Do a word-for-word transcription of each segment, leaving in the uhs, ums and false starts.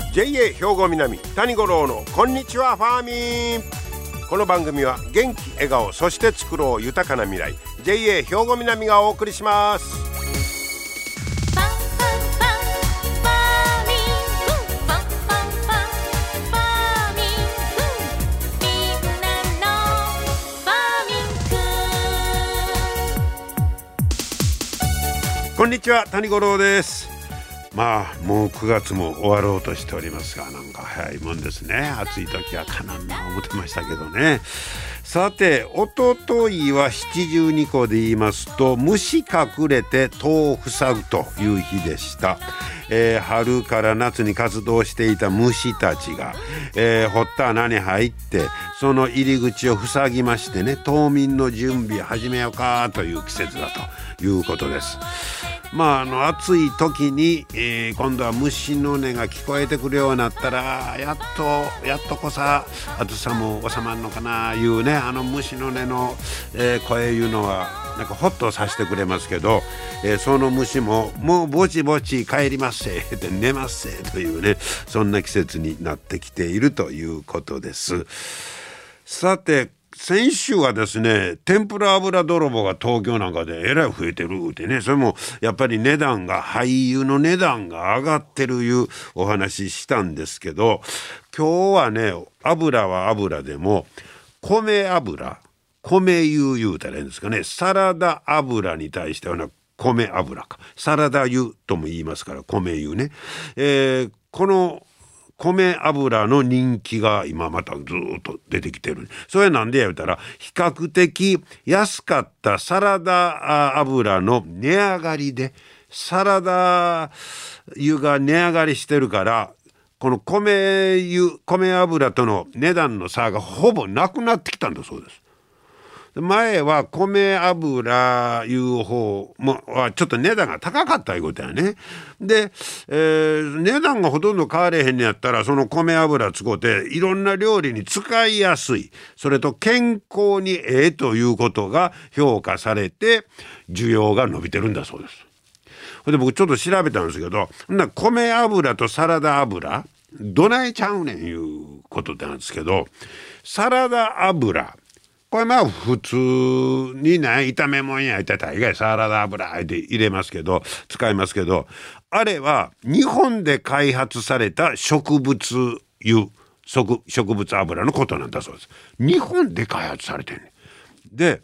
ジェイエー 兵庫南谷五郎のこんにちはファーミン。この番組は元気笑顔そして作ろう豊かな未来 ジェイエー 兵庫南がお送りします。こんにちは谷五郎です。まあもうくがつも終わろうとしておりますが、なんか早いもんですね。暑い時はかなんな思ってましたけどね。さて、おとといは七十二候で言いますと、虫隠れて戸を塞ぐという日でした。えー、春から夏に活動していた虫たちが、えー、掘った穴に入ってその入り口を塞ぎましてね、冬眠の準備始めようかという季節だということです。まあ、あの暑い時に、えー、今度は虫の音が聞こえてくるようになったら、やっとやっとこさ暑さも収まるのかないうね、あの虫の音の、えー、声いうのはなんかホッとさせてくれますけど、えー、その虫ももうぼちぼち帰りますせで寝ますせというね、そんな季節になってきているということです。さて、先週はですね、天ぷら油泥棒が東京なんかでえらい増えてるってね、それもやっぱり値段が廃油の値段が上がってるいうお話したんですけど、今日はね、油は油でも米油米油言うたらいいんですかね、サラダ油に対してはな米油かサラダ油とも言いますから米油ね、えー、この米油の人気が今またずっと出てきてる。それなんで言うたら、比較的安かったサラダ油の値上がりで、サラダ油が値上がりしてるから、この米油米油との値段の差がほぼなくなってきたんだそうです。前は米油いう方もはちょっと値段が高かったいうことやね。で、えー、値段がほとんど変われへんのやったら、その米油使うていろんな料理に使いやすい、それと健康にええということが評価されて需要が伸びてるんだそうです。で、僕ちょっと調べたんですけど、米油とサラダ油どないちゃうねんいうことなんですけど、サラダ油これまあ普通にね、炒め物やいたら大概サラダ油で入れますけど、使いますけど、あれは日本で開発された植物油植物油のことなんだそうです。日本で開発されてる、ね、で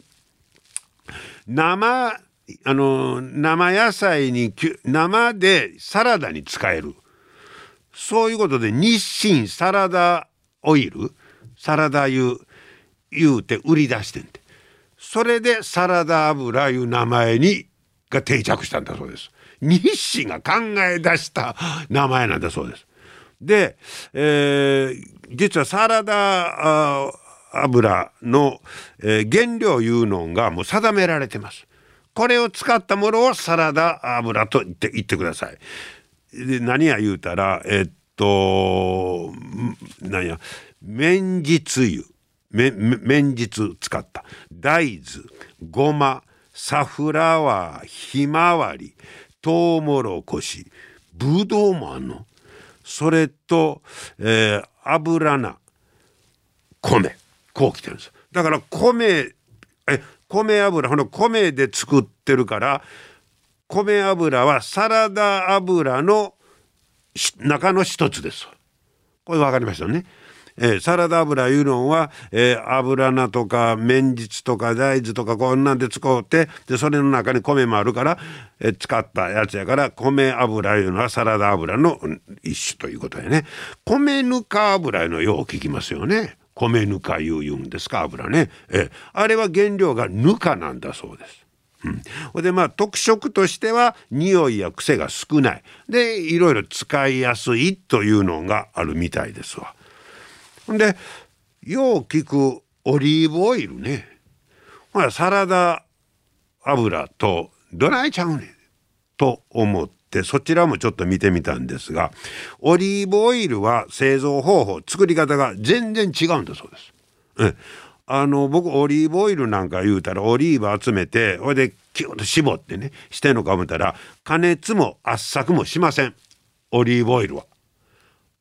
生あの生野菜に生でサラダに使える、そういうことで日清サラダオイルサラダ油言うて売り出してんで、それでサラダ油いう名前にが定着したんだそうです。日清が考え出した名前なんだそうです。で、えー、実はサラダ油の、えー、原料いうのがもう定められてます。これを使ったものをサラダ油と言って言ってください。で、何や言うたら、えー、っと何や綿実油綿実使った大豆、ごま、サフラワー、ひまわり、トウモロコシ、ブドウもあんの、それと、えー、油菜、米、こうきてるんです。だから米え米油、この米で作ってるから、米油はサラダ油の中の一つです。これ分かりましたね。えー、サラダ油いうのは、えー、油菜とか綿実とか大豆とかこんなんで使って、でそれの中に米もあるから、えー、使ったやつやから、米油いうのはサラダ油の一種ということでね。米ぬか油いうのよう聞きますよね。米ぬかいう言うんですか、油ね、えー、あれは原料がぬかなんだそうです。うん、でまあ特色としては匂いや癖が少ないで、いろいろ使いやすいというのがあるみたいですわ。でよう聞くオリーブオイルね、ほらサラダ油とどないちゃうねんと思ってそちらもちょっと見てみたんですが、オリーブオイルは製造方法作り方が全然違うんだそうです。えあの僕オリーブオイルなんか言うたらオリーブ集めてそれでキュッと絞ってねしてんのか思ったら加熱も圧搾もしません。オリーブオイルは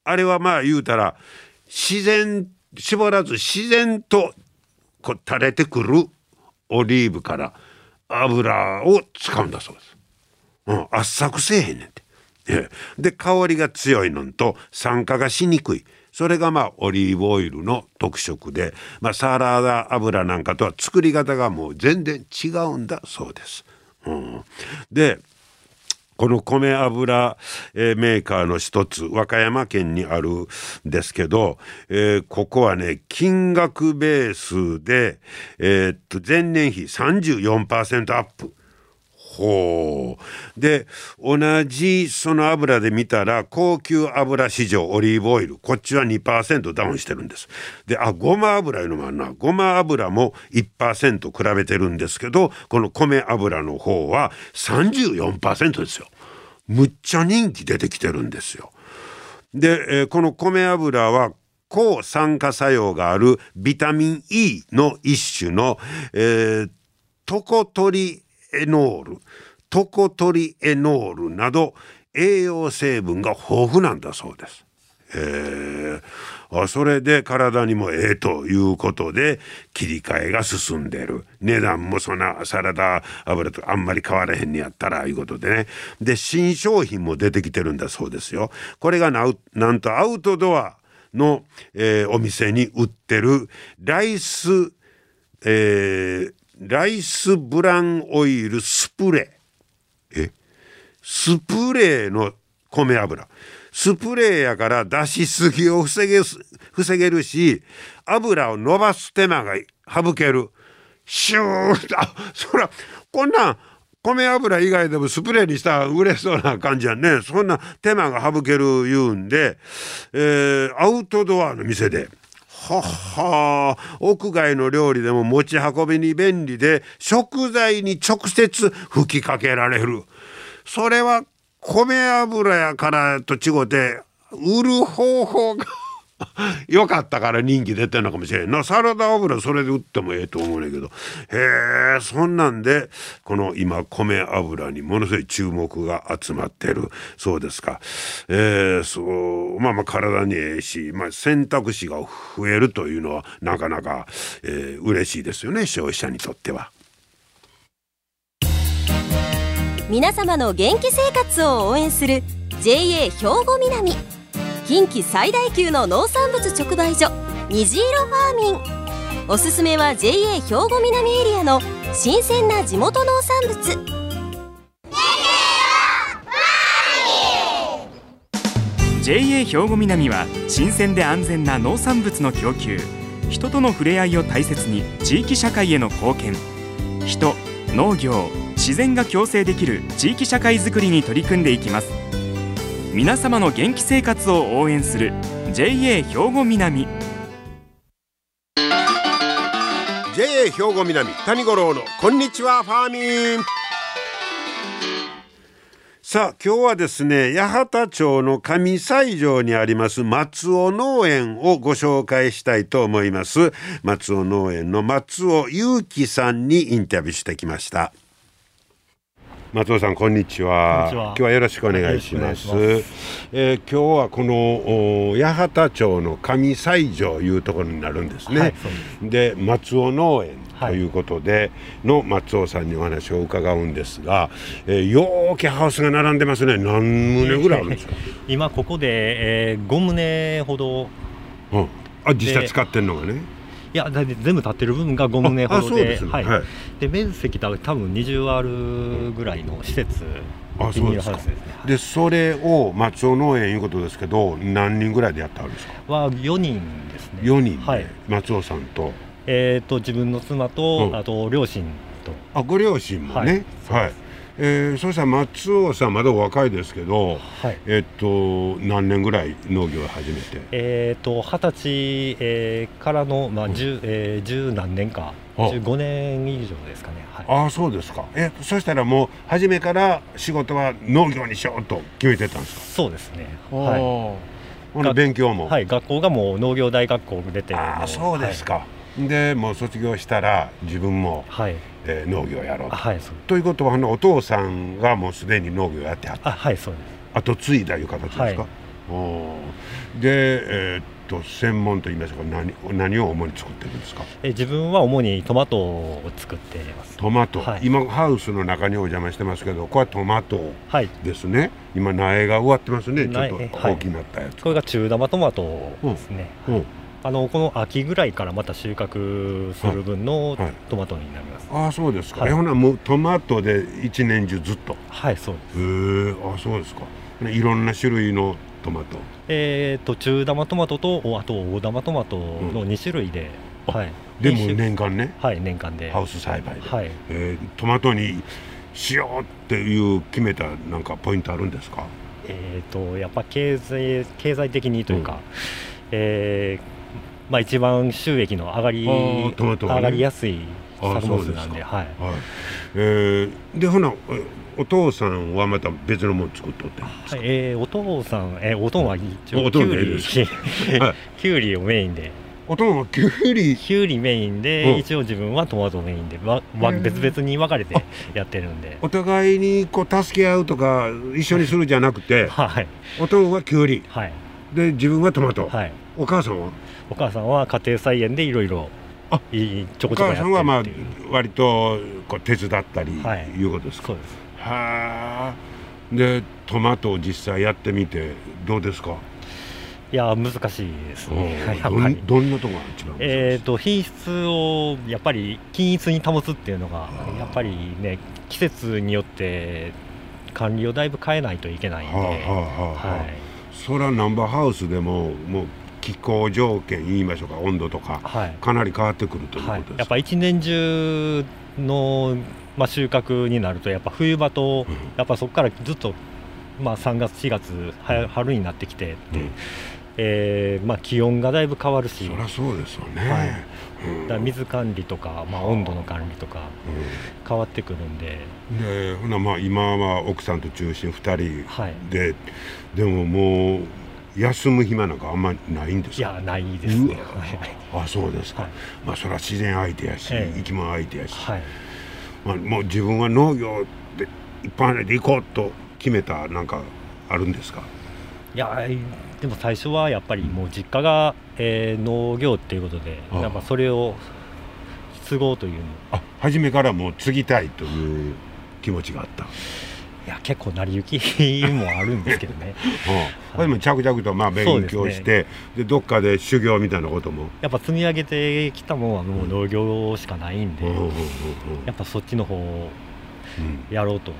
あれはまあ言うたら自然絞らず自然とこう垂れてくるオリーブから油を使うんだそうです。うん、圧搾せえへんねんて。ええ、で香りが強いのと酸化がしにくい。それがまあオリーブオイルの特色で、まあ、サラダ油なんかとは作り方がもう全然違うんだそうです。うん、でこの米油、えー、メーカーの一つ和歌山県にあるんですけど、えー、ここはね金額ベースで、えー、っと前年比 さんじゅうよんパーセント アップ。ほうで同じその油で見たら高級油市場オリーブオイルこっちは にパーセント ダウンしてるんです。であごま油いうのもあるな。ごま油も いちパーセント 比べてるんですけどこの米油の方は さんじゅうよんパーセント ですよ。むっちゃ人気出てきてるんですよ。で、えー、この米油は抗酸化作用があるビタミン E の一種の、えー、トコトリエノールトコトリエノールなど栄養成分が豊富なんだそうです。えー、それで体にもええということで切り替えが進んでる。値段もそんなサラダ油とあんまり変わらへんにやったらいうことでね。で新商品も出てきてるんだそうですよ。これが な, なんとアウトドアの、えー、お店に売ってるライス、えー、ライスブランオイルスプレーえスプレーの米油スプレーやから出しすぎを防げ防げるし油を伸ばす手間が省ける。シューッあそらこんなん米油以外でもスプレーにしたら売れそうな感じやね。そんな手間が省ける言うんで、えー、アウトドアの店ではは屋外の料理でも持ち運びに便利で食材に直接吹きかけられる。それは米油やからと違って売る方法が良かったから人気出てるのかもしれんな。サラダ油それで売ってもええと思うんだけどへえそんなんでこの今米油にものすごい注目が集まってるそうですか。えー、そうまあまあ体にええし、まあ、選択肢が増えるというのはなかなか、えー、嬉しいですよね消費者にとっては。 皆様の元気生活を応援する ジェイエー 兵庫南近畿最大級の農産物直売所虹色ファーミン。おすすめは ジェイエー 兵庫南エリアの新鮮な地元農産物。 ジェイエー 兵庫南は新鮮で安全な農産物の供給、人との触れ合いを大切に地域社会への貢献、人、農業、自然が共生できる地域社会づくりに取り組んでいきます。皆様の元気生活を応援する ジェイエー 兵庫南。 ジェイエー 兵庫南谷五郎のこんにちはファーミン。さあ今日はですね八幡町の上西条にあります松尾農園をご紹介したいと思います。松尾農園の松尾裕樹さんにインタビューしてきました。松尾さんこんにちは。今日はよろしくお願いします。えー、今日はこの八幡町の上西条いうところになるんですね。はい、で松尾農園ということでの松尾さんにお話を伺うんですが、えー、よーけハウスが並んでますね。何棟ぐらいあるんですか？ 今ここで、えー、ご棟ほど、 うん、あ実際使ってるのがね。 いや全部建ってる部分がご棟ほど で, ああそうですね、はいはい、 で面積多分にじゅうアールぐらいの施設あそうですか。でそれを松尾農園いうことですけど何人ぐらいでやってあるんですか？はよにんですね。 よにんで、 はい、 松尾さんとえーと自分の妻と、うん、あと両親と。 あご両親もね。はい、はいえー、そうしたら松尾さんまだお若いですけど、はい、えっと何年ぐらい農業を始めてえっと二十歳、えー、からの、まあ十えー、十何年かじゅうごねん以上ですかね。はい、 ああそうですか。えそしたらもう初めから仕事は農業にしようと決めてたんですか？ そうですね。はい、 ほな勉強もはい学校がもう農業大学校出てああそうですか。はい、でもう卒業したら自分も、はいえー、農業やろうと、はい、そうということはお父さんがもうすでに農業やってはった。 あはいそうです。 後継いだいう形ですか？はい、 で、えー、っと専門といいますか、何何を主に作ってるんですか？ え自分は主にトマトを作っています。 トマト、 はい、 今ハウスの中にお邪魔してますけど、これはトマトですね、はい、今苗が植わってますね。ちょっと大きくなったやつ、はい、 これが中玉トマトですね。うんうん、あのこの秋ぐらいからまた収穫する分のトマトになります。 はいはい、ああそうですか。はい、えほなもうトマトで一年中ずっと。 はいそうです。 へえ、あそうですか。いろんな種類のトマト、 えーと中玉トマトとあと大玉トマトのに種類で、 うん、はい、でも年間ね、 はい年間でハウス栽培で、 はい、 えー、トマトにしようっていう決めたなんかポイントあるんですか？ えーとやっぱ経済経済的にというか、うん、えー、まあ一番収益の上がり、トマトはね、上がりやすい作物なんで、はい、はい、 えー、でほなお父さんはまた別のもの作っとってんですか？ はい、えー、お父さん、えー、おとんは一応キュウリキュウリをメインで、 おとんはキュウリキュウリメインで、うん、一応自分はトマトメインでわわ別々に分かれてやってるんで、 お互いにこう助け合うとか一緒にするじゃなくて、はい、おとんはキュウリ、はい、で自分はトマト、はい、お母さんはお母さんは家庭菜園でいろいろいいちょこちょこやってるっていう。お母さんはまあ割とこう手伝ったりいうことですか？ そうです。 はあ。でトマトを実際やってみてどうですか？ いや難しいですね。 ど, どんなところが一番難しい？ えーと品質をやっぱり均一に保つっていうのがやっぱりね、季節によって管理をだいぶ変えないといけないんで、はあはあはあ、はい、 それはナンバーハウスでももう気候条件言いましょうか、温度とか、はい、かなり変わってくるということですか？はい、 やっぱ一年中のまあ、収穫になるとやっぱ冬場と、うん、やっぱそこからずっと、まあ、さんがつしがつ春になってきてって、うん、えーまあ、気温がだいぶ変わるし、 そりゃそうですよね、 はい、うん、だから水管理とか、まあ、温度の管理とか変わってくるんで、 でほなまあ今は奥さんと中心ふたりで、はい、でももう休む暇なんかあんまりないんですか？ いやないですね。 あそうですか、はい、まあそれは自然相手やし、ええ、生き物相手やし、はい、まあ、もう自分は農業で一般で行こうと決めたなんかあるんですか？ いやでも最初はやっぱりもう実家が、えー、農業っていうことで、ああやっぱそれを継ごうというのあ初めからもう継ぎたいという気持ちがあった？ いや結構成り行きもあるんですけどね。 うん、でも着々とまあ勉強して、 で,、ね、でどっかで修行みたいなこともやっぱ積み上げてきたものはもう農業しかないんで、やっぱそっちの方をやろうと、うん、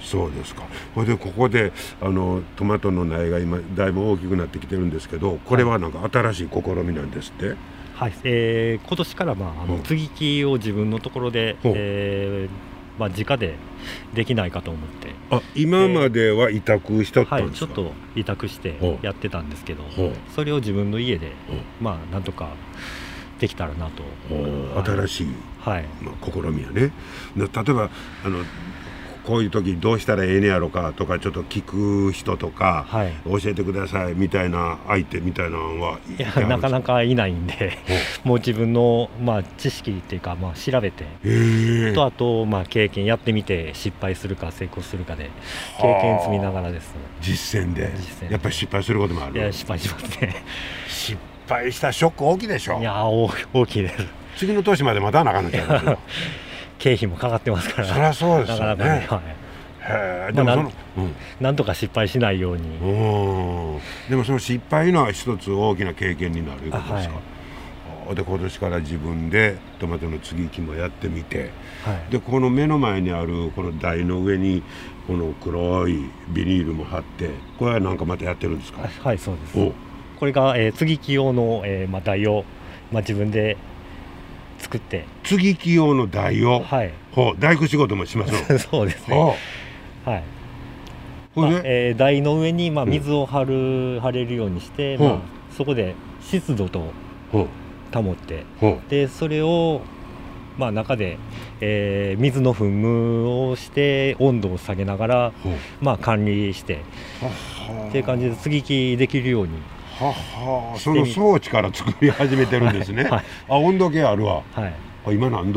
そうですか。それでここであのトマトの苗が今だいぶ大きくなってきてるんですけど、これはなんか新しい試みなんですって？ はい、えー、今年からまああの接ぎ木を自分のところで、うん、えーまあ、直でできないかと思って、 あ今までは委託しとったんですか？ はい、ちょっと委託してやってたんですけど、それを自分の家でまあなんとかできたらなと。 新しい、 はいまあ、試みやね。例えばあのこういう時どうしたらええねやろかとかちょっと聞く人とか、はい、教えてくださいみたいな相手みたいなのはい, いやなかなかいないんでもう自分の、まあ、知識っていうか、まあ、調べてとあと、まあ、経験やってみて失敗するか成功するかで経験積みながらです、ね、 実践で実践でやっぱり失敗することもある？ いや失敗しますね。 失敗したショック大きいでしょ？ いや 大, 大きいです。 次の年までまたなかなきゃいけない経費もかかってますから。 そりゃそうですよね。なかなかね、 はい、でもその、まあ、なん、うん、なんとか失敗しないように。 うんでもその失敗のは一つ大きな経験になるいうことですか？はい、で今年から自分でトマトの接ぎ木もやってみて、はい、でこの目の前にあるこの台の上にこの黒いビニールも貼ってこれはなんかまたやってるんですか？ はいそうです。これが、えー、接ぎ木用の、えーまあ、台を、まあ、自分で作って接ぎ木用の台を、はい、ほう大工仕事もしますの？ そうですね。はい。まあえー、台の上に、まあ、水を張る、うん、張れるようにして、まあ、そこで湿度と保って、でそれを、まあ、中で、えー、水の噴霧をして温度を下げながら、まあ、管理してっていう感じで接ぎ木できるように。 ははその装置から作り始めてるんですね。はい、あ温度計あるわ。はい、あ今何度？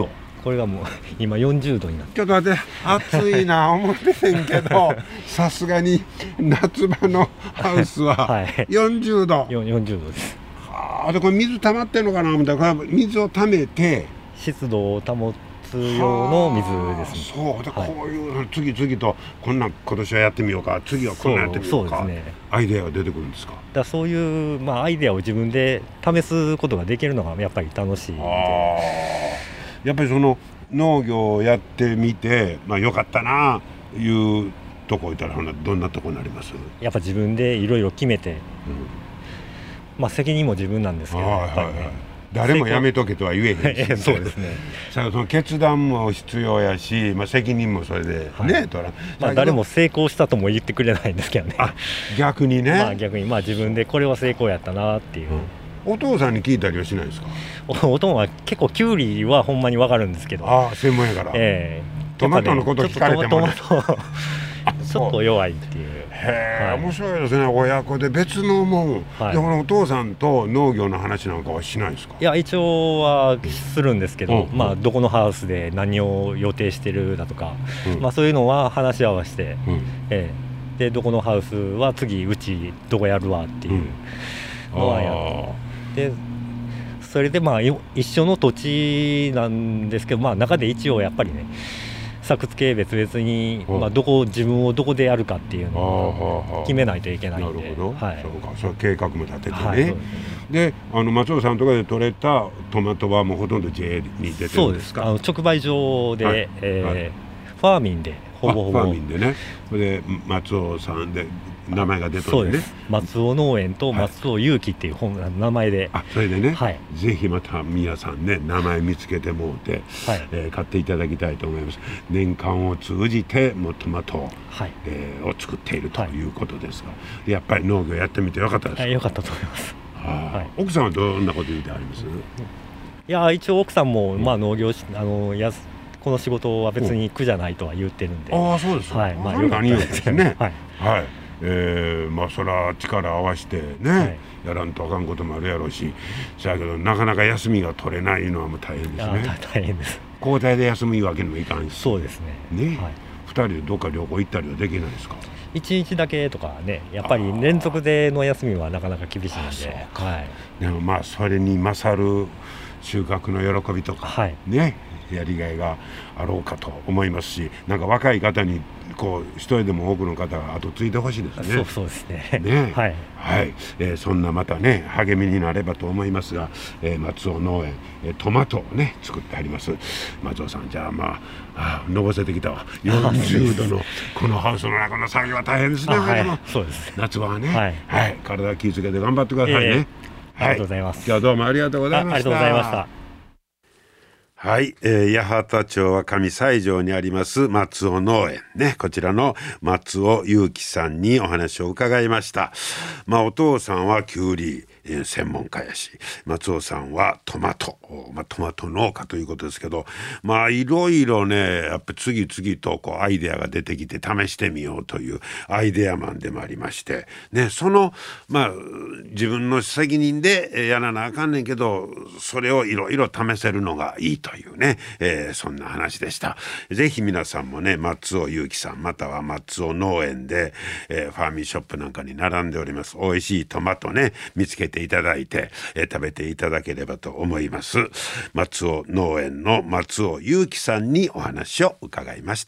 これがもう今よんじゅうどになって、 ちょっと待って、暑いな思っててんけどさすがに夏場のハウスはよんじゅうど、 はい、よんじゅうどです。 あでこれ水溜まってんのかな思ったら、水を溜めて湿度を保つ用の水ですね。 そうで、はい、こういう次々とこんな今年はやってみようか、次はこんなやってみようか、そうですね、アイデアが出てくるんですか。だからそういう、まあ、アイデアを自分で試すことができるのがやっぱり楽しいんで、 あやっぱりその農業をやってみて、まあ、よかったないうとこ置いたらどんなとこになります？やっぱ自分でいろいろ決めて、うん、まあ責任も自分なんですけど、やっぱりね、 誰もやめとけとは言えへんし、 そうですね。 その決断も必要やし、まあ、責任もそれでね、はい、とら、 まあ、誰も成功したとも言ってくれないんですけどね。 あ逆にね、 まあ、逆にまあ自分でこれは成功やったなっていう、 うん、お父さんに聞いたりはしないですか？ お, お父は結構キュウリはほんまに分かるんですけど、 ああ専門やから、 えー、トマトのこと聞かれても、ね、 トマトちょっと弱いっていう。 へえ、はい、面白いですね。親子で別のもん、はい、でこのお父さんと農業の話なんかはしないですか？ いや一応はするんですけど、うん、まあどこのハウスで何を予定してるだとか、うん、まあそういうのは話し合わせて、うん、えー、でどこのハウスは次うちどこやるわっていうのはやって、でそれでまあ一緒の土地なんですけど、まあ中で一応やっぱりね作付け別々に、まあ、どこ自分をどこでやるかっていうのを決めないといけないんで、 なるほど、 はい、 そうか、それ計画も立ててね、 はい、で, であの松尾さんとかで採れたトマトはもうほとんど ジェー に出てるんですか？ そうです。あの直売所で、はい、えーはい、ファーミンでほぼほぼファーミンでね、で松尾さんで名前が出てるんでね。 そうです。松尾農園と松尾有機っていう本、はい、名前で、 あそれでね、 はい、 ぜひまた皆さんね名前見つけてもうて、はい、えー、買っていただきたいと思います。年間を通じてもうトマト、はい、えー、を作っているということですが、はい、やっぱり農業やってみてよかったですか？ はい、よかったと思います。 はい、奥さんはどんなこと言うてあります？ いや一応奥さんも、まあ、農業あのやすこの仕事は別に苦じゃないとは言ってるんで、 ああそうですか、 はい、まあよかったですね。はい、はい、えー、まあそれは力合わせてね、はい、やらんとあかんこともあるやろうし、そやけどなかなか休みが取れないのはもう大変ですね。 大変です。 交代で休むわけにもいかんし。 そうですね。 ね、はい、ふたりでどっか旅行行ったりはできないですか？ いちにちだけとかね、やっぱり連続での休みはなかなか厳しいので、はい、 でもまあそれに勝る収穫の喜びとか、はい、ね、やりがいがあろうかと思いますし、なんか若い方にこう一人でも多くの方が後継いでほしいですね。 そうそうですね。 ね、 はい、 はい、えー、そんなまたね励みになればと思いますが、えー、松尾農園、えー、トマトをね作ってあります。松尾さん、じゃあまあ、あのぼせてきたわ。よんじゅうどのこのハウスの中の作業は大変ですね。 はい、そうです。 夏場はね、 はい、 はい、体気をつけて頑張ってくださいね。えーありがとうございます。 今日はどうもありがとうございました。 ありがとうございました。 はい、えー、八幡町は上西条にあります松尾農園ね、こちらの松尾有機さんにお話を伺いました。まあお父さんはきゅうり専門家やし、松尾さんはトマト、まあ、トマト農家ということですけど、まあいろいろねやっぱ次々とこうアイデアが出てきて試してみようというアイデアマンでもありましてね、そのまあ自分の責任でやらなあかんねんけど、それをいろいろ試せるのがいいというね、えー、そんな話でした。ぜひ皆さんもね松尾有機さんまたは松尾農園で、えー、ファーミーショップなんかに並んでおります美味しいトマトね見つけていただいて、えー、食べていただければと思います。松尾農園の松尾有機さんにお話を伺いました。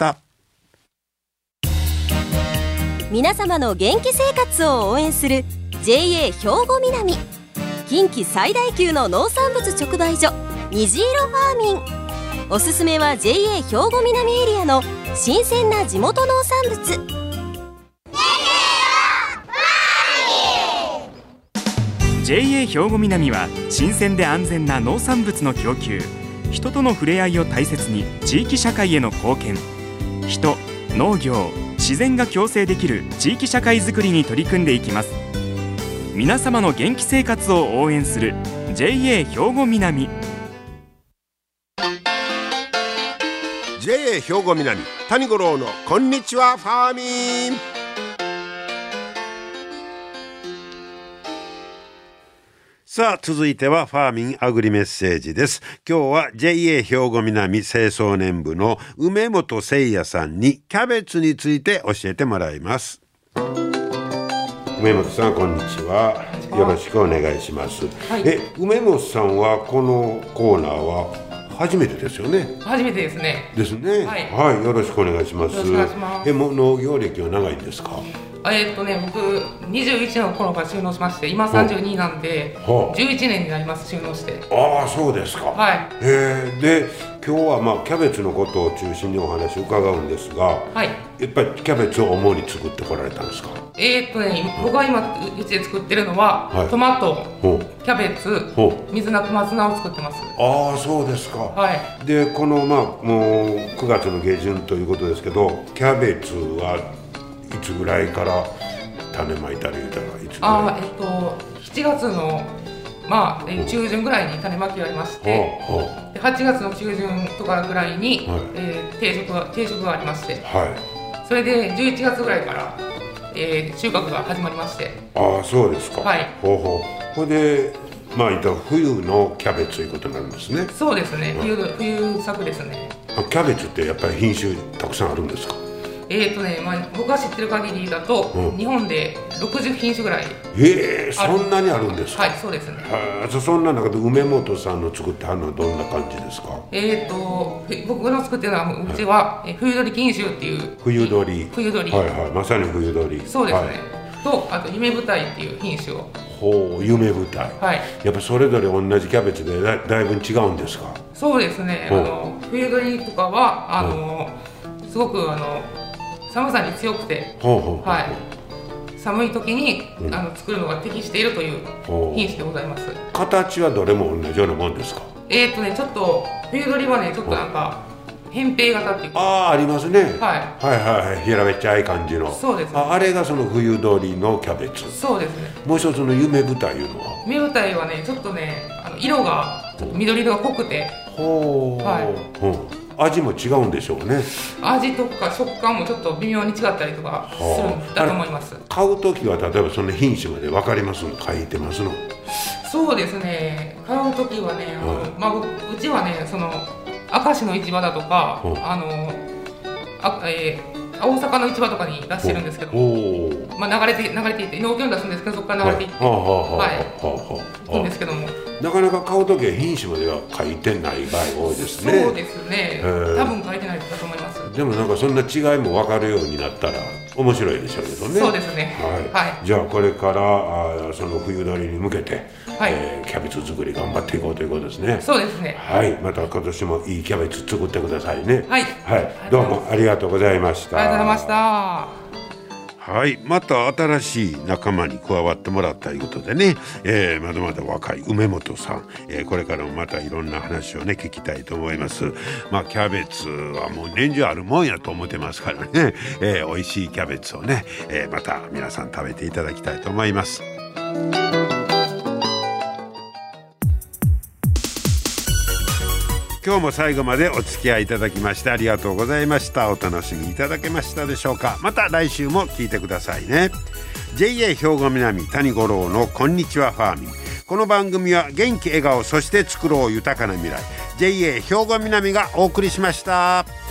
皆様の元気生活を応援する ジェイエー 兵庫南、近畿最大級の農産物直売所虹色ファーミン。おすすめは ジェイエー 兵庫南エリアの新鮮な地元農産物。 ジェイエー 兵庫南は新鮮で安全な農産物の供給、人との触れ合いを大切に地域社会への貢献、人、農業、自然が共生できる地域社会づくりに取り組んでいきます。皆様の元気生活を応援する ジェイエー 兵庫南。 ジェイエー 兵庫南谷五郎のこんにちはファーミン。 さあ続いてはファーミンアグリメッセージです。今日は ジェイエー 兵庫南清掃年部の梅本誠也さんにキャベツについて教えてもらいます。梅本さんこんにちは、よろしくお願いします、はい、え梅本さんはこのコーナーは初めてですよね。 初めてですね。 ですね。はい、はい、よろしくお願いします。 よろしくお願いします。 えもう農業歴は長いんですか？ えーっとね、僕にじゅういちの頃から就農しまして、今さんじゅうになんでじゅういちねんになります、就農して。 ああそうですか。 はい。 えー、で今日はまあキャベツのことを中心にお話を伺うんですが、はい、やっぱりキャベツを主に作ってこられたんですか？ えーっとね、僕が今うちで作ってるのは、はい、トマト、キャベツ、水菜、小松菜を作ってます。 ああそうですか。 はい。 でこのまあもうくがつの下旬ということですけど、キャベツはいつぐらいから種まいたり言うたらいつぐらい？ あえっとしちがつのまあ、え中旬ぐらいに種まきがありまして、ではちがつの中旬とかぐらいに、はい、えー、定食が定食がありまして、はい、それでじゅういちがつぐらいから、えー、収穫が始まりまして。 ああそうですか。 はい。 ほうほう。これでまあ冬のキャベツということになるんですね。 そうですね。冬、冬作ですね。 キャベツってやっぱり品種たくさんあるんですか？ えーとねまあ、僕が知ってる限りだと、うん、日本でろくじゅうひんしゅぐらい。 えー、そんなにあるんですか？ はい、そうですね。 はそんな中で梅本さんの作ってはるのはどんな感じですか？ えーと僕の作ってるのはうちは、はい、冬鳥錦秋っていう冬鳥冬鳥はいはい、まさに冬鳥。 そうですね、 はい、 とあと夢舞台っていう品種を。 ほう夢舞台。はい。やっぱそれぞれ同じキャベツで だ, だいぶ違うんですか？そうですね。あの冬鳥とかはあのすごくあの寒さに強くて、ほうほうほう、はい、寒い時に、うん、あの作るのが適しているという品種でございます。 形はどれも同じようなもんですか？ えーっとねちょっと冬鳥はねちょっとなんか扁平型っていうか、 ああありますね、 はい、 はいはい平べっちゃい感じの。 そうですね。 あ, あれがその冬鳥のキャベツ。 そうですね。 もう一つの夢舞台いうのは夢舞台はねちょっとねあの色がちょっと緑色が濃くて、 ほう、はい、ほう味も違うんでしょうね。 味とか食感もちょっと微妙に違ったりとかするんだと思います。 買うときは例えばその品種まで分かりますの？書いてますの？ そうですね。買うときはね、あの、はい、まあ、うちはねその明石の市場だとか、あのあ、えー、大阪の市場とかに出してるんですけど、まあ、流れて流れていって農協に出すんですけど、そこから流れていって、はい行くんですけども、 なかなか買うときは品種までは書いてない場合多いですね。 そうですね、多分書いてないだと思います。 でもなんかそんな違いも分かるようになったら面白いでしょうけどね。 そうですね、 はい、はい、じゃあこれからあその冬鳥に向けて、はい、えー、キャベツ作り頑張っていこうということですね。 そうですね。 はい、また今年もいいキャベツ作ってくださいね。 はい、 はい、どうもありがとうございました。 ありがとうございました。 はい、また新しい仲間に加わってもらったいうことでね、えー、まだまだ若い梅本さん、えー、これからもまたいろんな話をね聞きたいと思います。まあキャベツはもう年中あるもんやと思ってますからね、えー、美味しいキャベツをね、えー、また皆さん食べていただきたいと思います。今日も最後までお付き合いいただきましてありがとうございました。お楽しみいただけましたでしょうか。また来週も聞いてくださいね。 ジェイエー 兵庫南谷五郎のこんにちはファーミン。この番組は元気笑顔そして作ろう豊かな未来 ジェイエー 兵庫南がお送りしました。